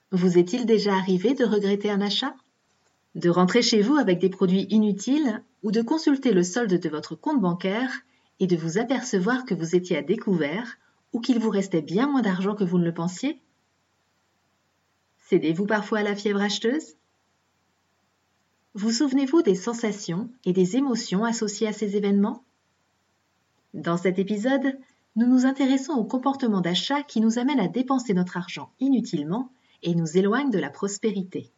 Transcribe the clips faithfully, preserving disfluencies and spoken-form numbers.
Vous est-il déjà arrivé de regretter un achat? De rentrer chez vous avec des produits inutiles ou de consulter le solde de votre compte bancaire et de vous apercevoir que vous étiez à découvert ou qu'il vous restait bien moins d'argent que vous ne le pensiez? Cédez-vous parfois à la fièvre acheteuse? Vous souvenez-vous des sensations et des émotions associées à ces événements? Dans cet épisode, nous nous intéressons au comportement d'achat qui nous amène à dépenser notre argent inutilement et nous éloigne de la prospérité.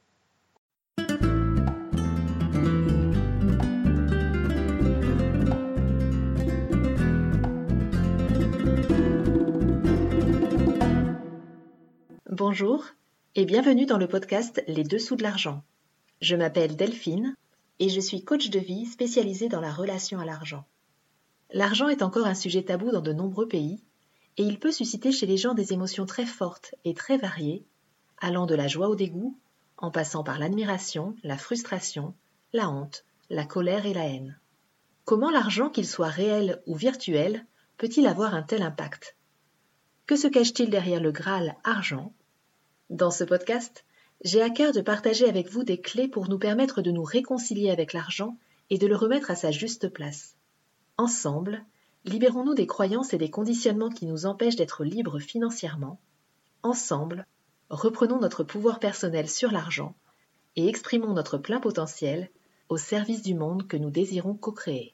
Bonjour et bienvenue dans le podcast Les Dessous de l'argent. Je m'appelle Delphine et je suis coach de vie spécialisée dans la relation à l'argent. L'argent est encore un sujet tabou dans de nombreux pays et il peut susciter chez les gens des émotions très fortes et très variées, allant de la joie au dégoût, en passant par l'admiration, la frustration, la honte, la colère et la haine. Comment l'argent, qu'il soit réel ou virtuel, peut-il avoir un tel impact? Que se cache-t-il derrière le Graal argent? Dans ce podcast, j'ai à cœur de partager avec vous des clés pour nous permettre de nous réconcilier avec l'argent et de le remettre à sa juste place. Ensemble, libérons-nous des croyances et des conditionnements qui nous empêchent d'être libres financièrement. Ensemble, reprenons notre pouvoir personnel sur l'argent et exprimons notre plein potentiel au service du monde que nous désirons co-créer.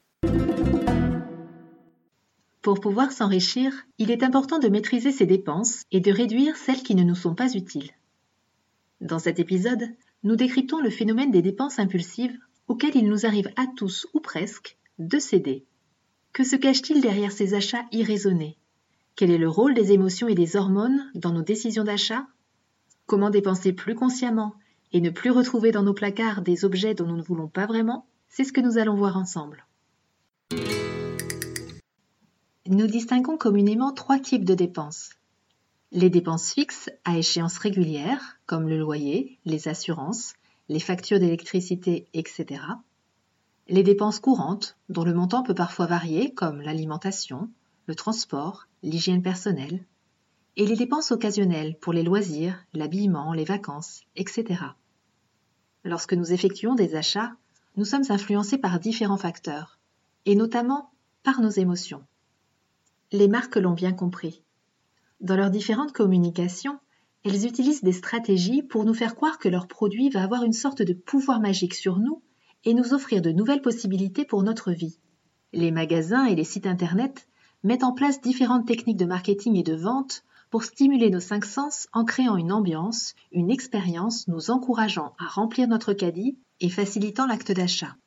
Pour pouvoir s'enrichir, il est important de maîtriser ses dépenses et de réduire celles qui ne nous sont pas utiles. Dans cet épisode, nous décryptons le phénomène des dépenses impulsives auxquelles il nous arrive à tous ou presque de céder. Que se cache-t-il derrière ces achats irraisonnés? Quel est le rôle des émotions et des hormones dans nos décisions d'achat? Comment dépenser plus consciemment et ne plus retrouver dans nos placards des objets dont nous ne voulons pas vraiment? C'est ce que nous allons voir ensemble. Nous distinguons communément trois types de dépenses. Les dépenses fixes à échéance régulière, comme le loyer, les assurances, les factures d'électricité, et cetera. Les dépenses courantes, dont le montant peut parfois varier, comme l'alimentation, le transport, l'hygiène personnelle. Et les dépenses occasionnelles pour les loisirs, l'habillement, les vacances, et cetera. Lorsque nous effectuons des achats, nous sommes influencés par différents facteurs, et notamment par nos émotions. Les marques l'ont bien compris. Dans leurs différentes communications, elles utilisent des stratégies pour nous faire croire que leur produit va avoir une sorte de pouvoir magique sur nous et nous offrir de nouvelles possibilités pour notre vie. Les magasins et les sites internet mettent en place différentes techniques de marketing et de vente pour stimuler nos cinq sens en créant une ambiance, une expérience nous encourageant à remplir notre caddie et facilitant l'acte d'achat.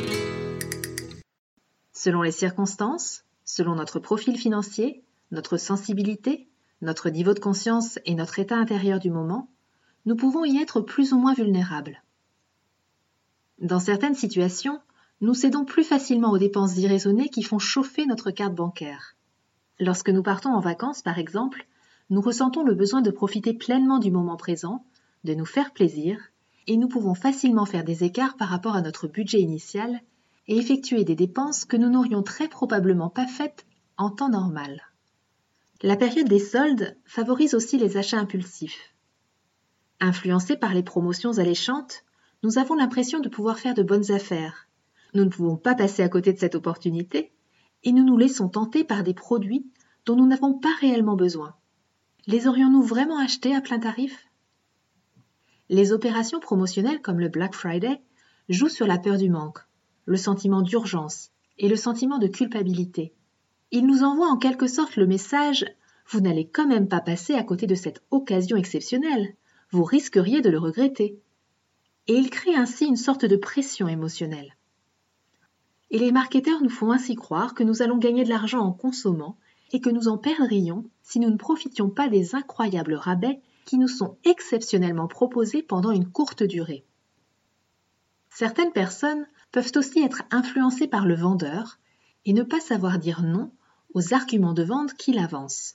Selon les circonstances, selon notre profil financier, notre sensibilité, notre niveau de conscience et notre état intérieur du moment, nous pouvons y être plus ou moins vulnérables. Dans certaines situations, nous cédons plus facilement aux dépenses irraisonnées qui font chauffer notre carte bancaire. Lorsque nous partons en vacances, par exemple, nous ressentons le besoin de profiter pleinement du moment présent, de nous faire plaisir, et nous pouvons facilement faire des écarts par rapport à notre budget initial et effectuer des dépenses que nous n'aurions très probablement pas faites en temps normal. La période des soldes favorise aussi les achats impulsifs. Influencés par les promotions alléchantes, nous avons l'impression de pouvoir faire de bonnes affaires. Nous ne pouvons pas passer à côté de cette opportunité et nous nous laissons tenter par des produits dont nous n'avons pas réellement besoin. Les aurions-nous vraiment achetés à plein tarif? Les opérations promotionnelles comme le Black Friday jouent sur la peur du manque, le sentiment d'urgence et le sentiment de culpabilité. Ils nous envoient en quelque sorte le message « Vous n'allez quand même pas passer à côté de cette occasion exceptionnelle, vous risqueriez de le regretter ». Et ils créent ainsi une sorte de pression émotionnelle. Et les marketeurs nous font ainsi croire que nous allons gagner de l'argent en consommant et que nous en perdrions si nous ne profitions pas des incroyables rabais qui nous sont exceptionnellement proposés pendant une courte durée. Certaines personnes peuvent aussi être influencées par le vendeur et ne pas savoir dire non aux arguments de vente qu'il avance.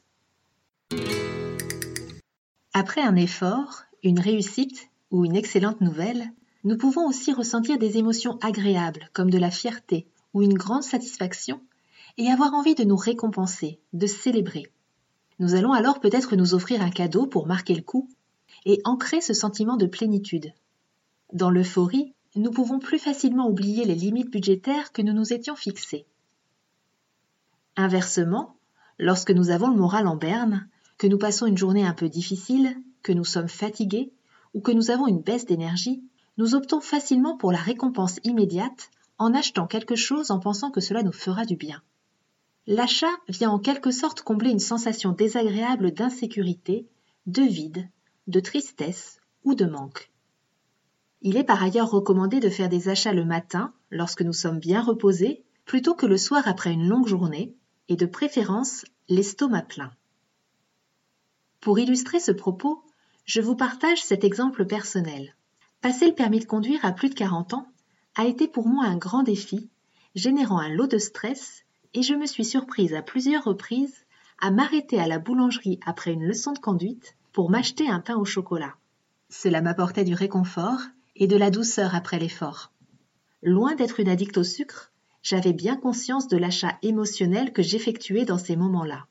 Après un effort, une réussite ou une excellente nouvelle, nous pouvons aussi ressentir des émotions agréables comme de la fierté ou une grande satisfaction et avoir envie de nous récompenser, de célébrer. Nous allons alors peut-être nous offrir un cadeau pour marquer le coup et ancrer ce sentiment de plénitude. Dans l'euphorie, nous pouvons plus facilement oublier les limites budgétaires que nous nous étions fixées. Inversement, lorsque nous avons le moral en berne, que nous passons une journée un peu difficile, que nous sommes fatigués ou que nous avons une baisse d'énergie, nous optons facilement pour la récompense immédiate en achetant quelque chose en pensant que cela nous fera du bien. L'achat vient en quelque sorte combler une sensation désagréable d'insécurité, de vide, de tristesse ou de manque. Il est par ailleurs recommandé de faire des achats le matin, lorsque nous sommes bien reposés, plutôt que le soir après une longue journée, et de préférence l'estomac plein. Pour illustrer ce propos, je vous partage cet exemple personnel. Passer le permis de conduire à plus de quarante ans a été pour moi un grand défi, générant un lot de stress, et je me suis surprise à plusieurs reprises à m'arrêter à la boulangerie après une leçon de conduite pour m'acheter un pain au chocolat. Cela m'apportait du réconfort et de la douceur après l'effort. Loin d'être une addict au sucre, j'avais bien conscience de l'achat émotionnel que j'effectuais dans ces moments-là.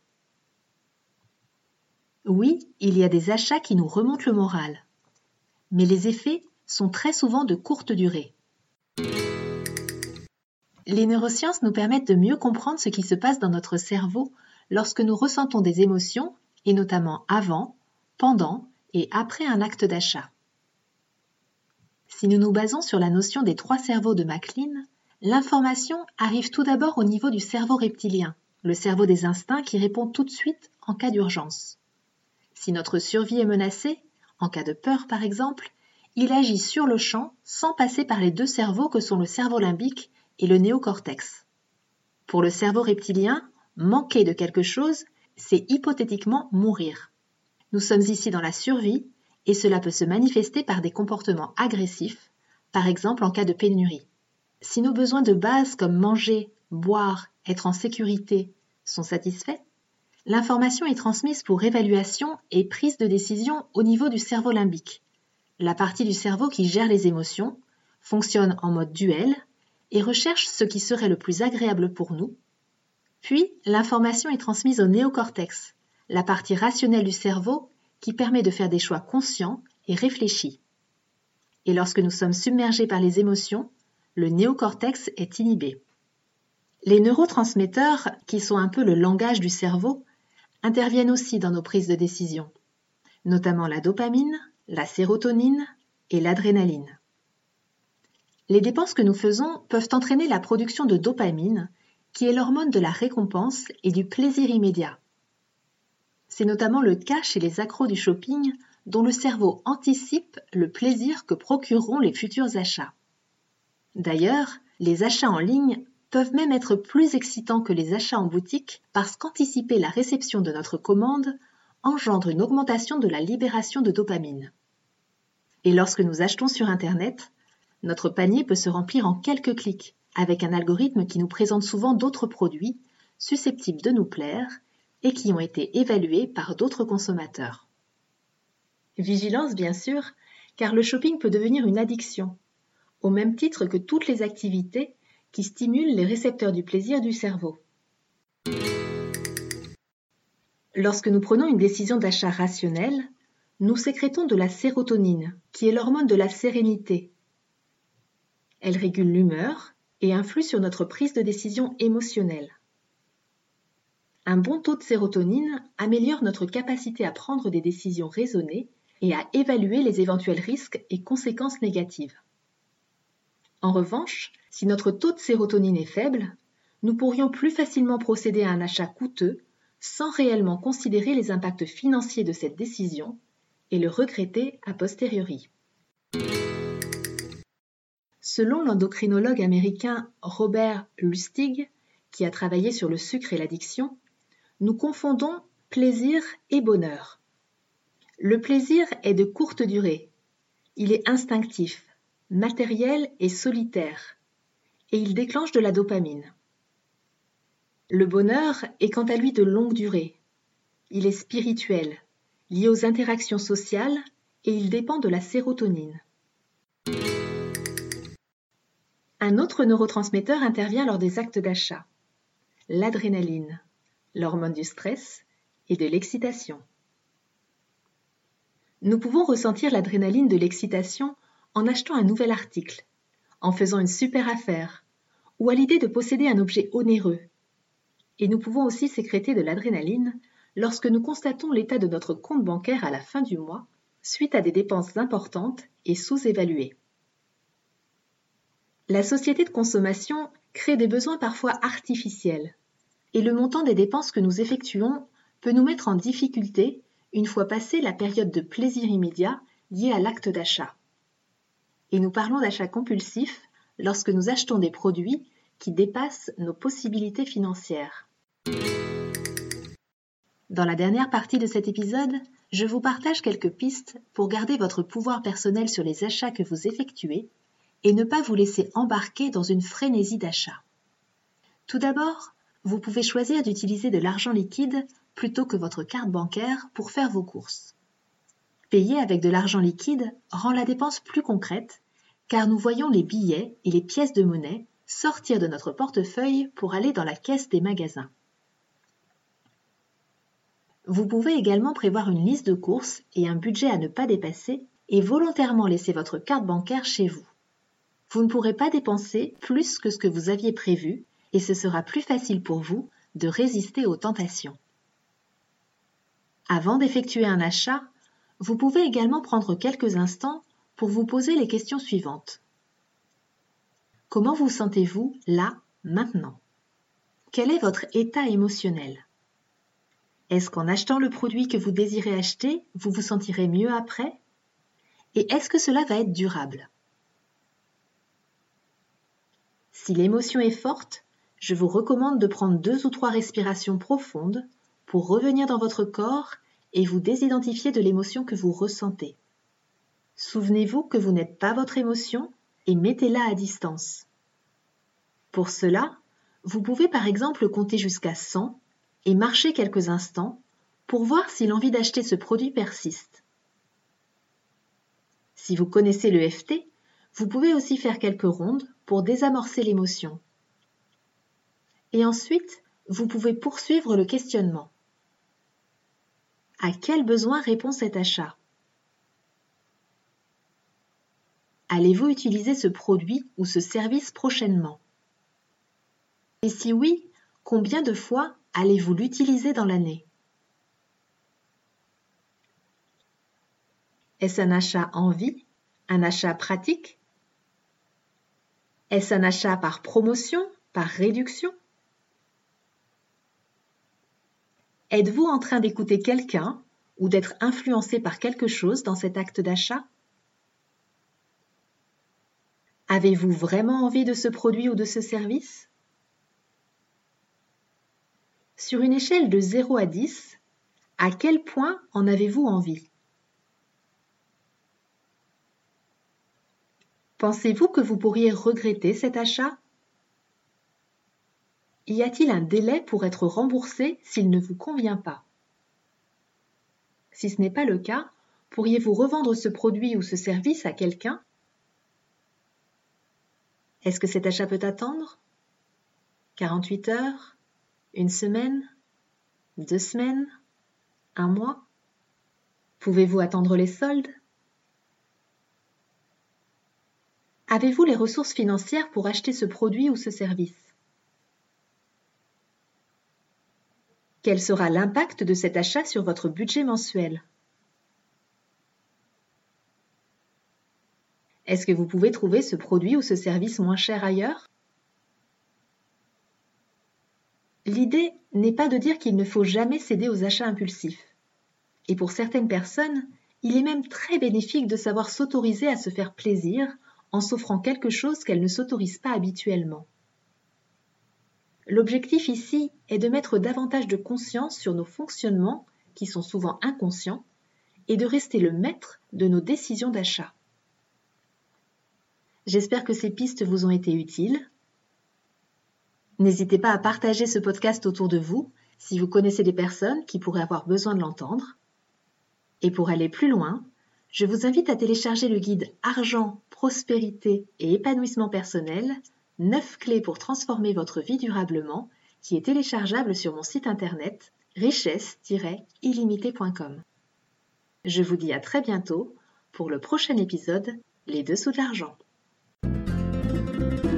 Oui, il y a des achats qui nous remontent le moral, mais les effets sont très souvent de courte durée. Les neurosciences nous permettent de mieux comprendre ce qui se passe dans notre cerveau lorsque nous ressentons des émotions, et notamment avant, pendant et après un acte d'achat. Si nous nous basons sur la notion des trois cerveaux de MacLean, l'information arrive tout d'abord au niveau du cerveau reptilien, le cerveau des instincts qui répond tout de suite en cas d'urgence. Si notre survie est menacée, en cas de peur par exemple, il agit sur le champ sans passer par les deux cerveaux que sont le cerveau limbique et le néocortex. Pour le cerveau reptilien, manquer de quelque chose, c'est hypothétiquement mourir. Nous sommes ici dans la survie et cela peut se manifester par des comportements agressifs, par exemple en cas de pénurie. Si nos besoins de base comme manger, boire, être en sécurité sont satisfaits, l'information est transmise pour évaluation et prise de décision au niveau du cerveau limbique, la partie du cerveau qui gère les émotions, fonctionne en mode duel et recherche ce qui serait le plus agréable pour nous. Puis, l'information est transmise au néocortex, la partie rationnelle du cerveau qui permet de faire des choix conscients et réfléchis. Et lorsque nous sommes submergés par les émotions, le néocortex est inhibé. Les neurotransmetteurs, qui sont un peu le langage du cerveau, interviennent aussi dans nos prises de décision, notamment la dopamine, la sérotonine et l'adrénaline. Les dépenses que nous faisons peuvent entraîner la production de dopamine, qui est l'hormone de la récompense et du plaisir immédiat. C'est notamment le cas chez les accros du shopping, dont le cerveau anticipe le plaisir que procureront les futurs achats. D'ailleurs, les achats en ligne peuvent même être plus excitants que les achats en boutique parce qu'anticiper la réception de notre commande engendre une augmentation de la libération de dopamine. Et lorsque nous achetons sur Internet, notre panier peut se remplir en quelques clics, avec un algorithme qui nous présente souvent d'autres produits susceptibles de nous plaire et qui ont été évalués par d'autres consommateurs. Vigilance bien sûr, car le shopping peut devenir une addiction, au même titre que toutes les activités qui stimulent les récepteurs du plaisir du cerveau. Lorsque nous prenons une décision d'achat rationnelle, nous sécrétons de la sérotonine, qui est l'hormone de la sérénité. Elle régule l'humeur et influe sur notre prise de décision émotionnelle. Un bon taux de sérotonine améliore notre capacité à prendre des décisions raisonnées et à évaluer les éventuels risques et conséquences négatives. En revanche, si notre taux de sérotonine est faible, nous pourrions plus facilement procéder à un achat coûteux sans réellement considérer les impacts financiers de cette décision et le regretter a posteriori. Selon l'endocrinologue américain Robert Lustig, qui a travaillé sur le sucre et l'addiction, nous confondons plaisir et bonheur. Le plaisir est de courte durée. Il est instinctif, matériel et solitaire, et il déclenche de la dopamine. Le bonheur est quant à lui de longue durée. Il est spirituel, lié aux interactions sociales et il dépend de la sérotonine. Un autre neurotransmetteur intervient lors des actes d'achat, l'adrénaline, l'hormone du stress et de l'excitation. Nous pouvons ressentir l'adrénaline de l'excitation en achetant un nouvel article, en faisant une super affaire, ou à l'idée de posséder un objet onéreux. Et nous pouvons aussi sécréter de l'adrénaline lorsque nous constatons l'état de notre compte bancaire à la fin du mois, suite à des dépenses importantes et sous-évaluées. La société de consommation crée des besoins parfois artificiels, et le montant des dépenses que nous effectuons peut nous mettre en difficulté une fois passée la période de plaisir immédiat liée à l'acte d'achat. Et nous parlons d'achat compulsif lorsque nous achetons des produits qui dépassent nos possibilités financières. Dans la dernière partie de cet épisode, je vous partage quelques pistes pour garder votre pouvoir personnel sur les achats que vous effectuez et ne pas vous laisser embarquer dans une frénésie d'achat. Tout d'abord, vous pouvez choisir d'utiliser de l'argent liquide plutôt que votre carte bancaire pour faire vos courses. Payer avec de l'argent liquide rend la dépense plus concrète car nous voyons les billets et les pièces de monnaie sortir de notre portefeuille pour aller dans la caisse des magasins. Vous pouvez également prévoir une liste de courses et un budget à ne pas dépasser et volontairement laisser votre carte bancaire chez vous. Vous ne pourrez pas dépenser plus que ce que vous aviez prévu et ce sera plus facile pour vous de résister aux tentations. Avant d'effectuer un achat, vous pouvez également prendre quelques instants pour vous poser les questions suivantes. Comment vous sentez-vous là, maintenant ? Quel est votre état émotionnel ? Est-ce qu'en achetant le produit que vous désirez acheter, vous vous sentirez mieux après ? Et est-ce que cela va être durable ? Si l'émotion est forte, je vous recommande de prendre deux ou trois respirations profondes pour revenir dans votre corps et vous désidentifier de l'émotion que vous ressentez. Souvenez-vous que vous n'êtes pas votre émotion et mettez-la à distance. Pour cela, vous pouvez par exemple compter jusqu'à cent et marcher quelques instants pour voir si l'envie d'acheter ce produit persiste. Si vous connaissez le F T, vous pouvez aussi faire quelques rondes pour désamorcer l'émotion. Et ensuite, vous pouvez poursuivre le questionnement. À quel besoin répond cet achat ? Allez-vous utiliser ce produit ou ce service prochainement ? Et si oui, combien de fois allez-vous l'utiliser dans l'année ? Est-ce un achat envie ? Un achat pratique ? Est-ce un achat par promotion, par réduction ? Êtes-vous en train d'écouter quelqu'un ou d'être influencé par quelque chose dans cet acte d'achat ? Avez-vous vraiment envie de ce produit ou de ce service ? Sur une échelle de zéro à dix, à quel point en avez-vous envie ? Pensez-vous que vous pourriez regretter cet achat ? Y a-t-il un délai pour être remboursé s'il ne vous convient pas ? Si ce n'est pas le cas, pourriez-vous revendre ce produit ou ce service à quelqu'un ? Est-ce que cet achat peut attendre ? quarante-huit heures ? Une semaine ? Deux semaines ? Un mois ? Pouvez-vous attendre les soldes ? Avez-vous les ressources financières pour acheter ce produit ou ce service ? Quel sera l'impact de cet achat sur votre budget mensuel ? Est-ce que vous pouvez trouver ce produit ou ce service moins cher ailleurs ? L'idée n'est pas de dire qu'il ne faut jamais céder aux achats impulsifs. Et pour certaines personnes, il est même très bénéfique de savoir s'autoriser à se faire plaisir en s'offrant quelque chose qu'elles ne s'autorisent pas habituellement. L'objectif ici est de mettre davantage de conscience sur nos fonctionnements, qui sont souvent inconscients, et de rester le maître de nos décisions d'achat. J'espère que ces pistes vous ont été utiles. N'hésitez pas à partager ce podcast autour de vous si vous connaissez des personnes qui pourraient avoir besoin de l'entendre. Et pour aller plus loin, je vous invite à télécharger le guide Argent, Prospérité et Épanouissement personnel, neuf clés pour transformer votre vie durablement, qui est téléchargeable sur mon site internet richesse tiret illimitée point com. Je vous dis à très bientôt pour le prochain épisode, Les Dessous de l'argent.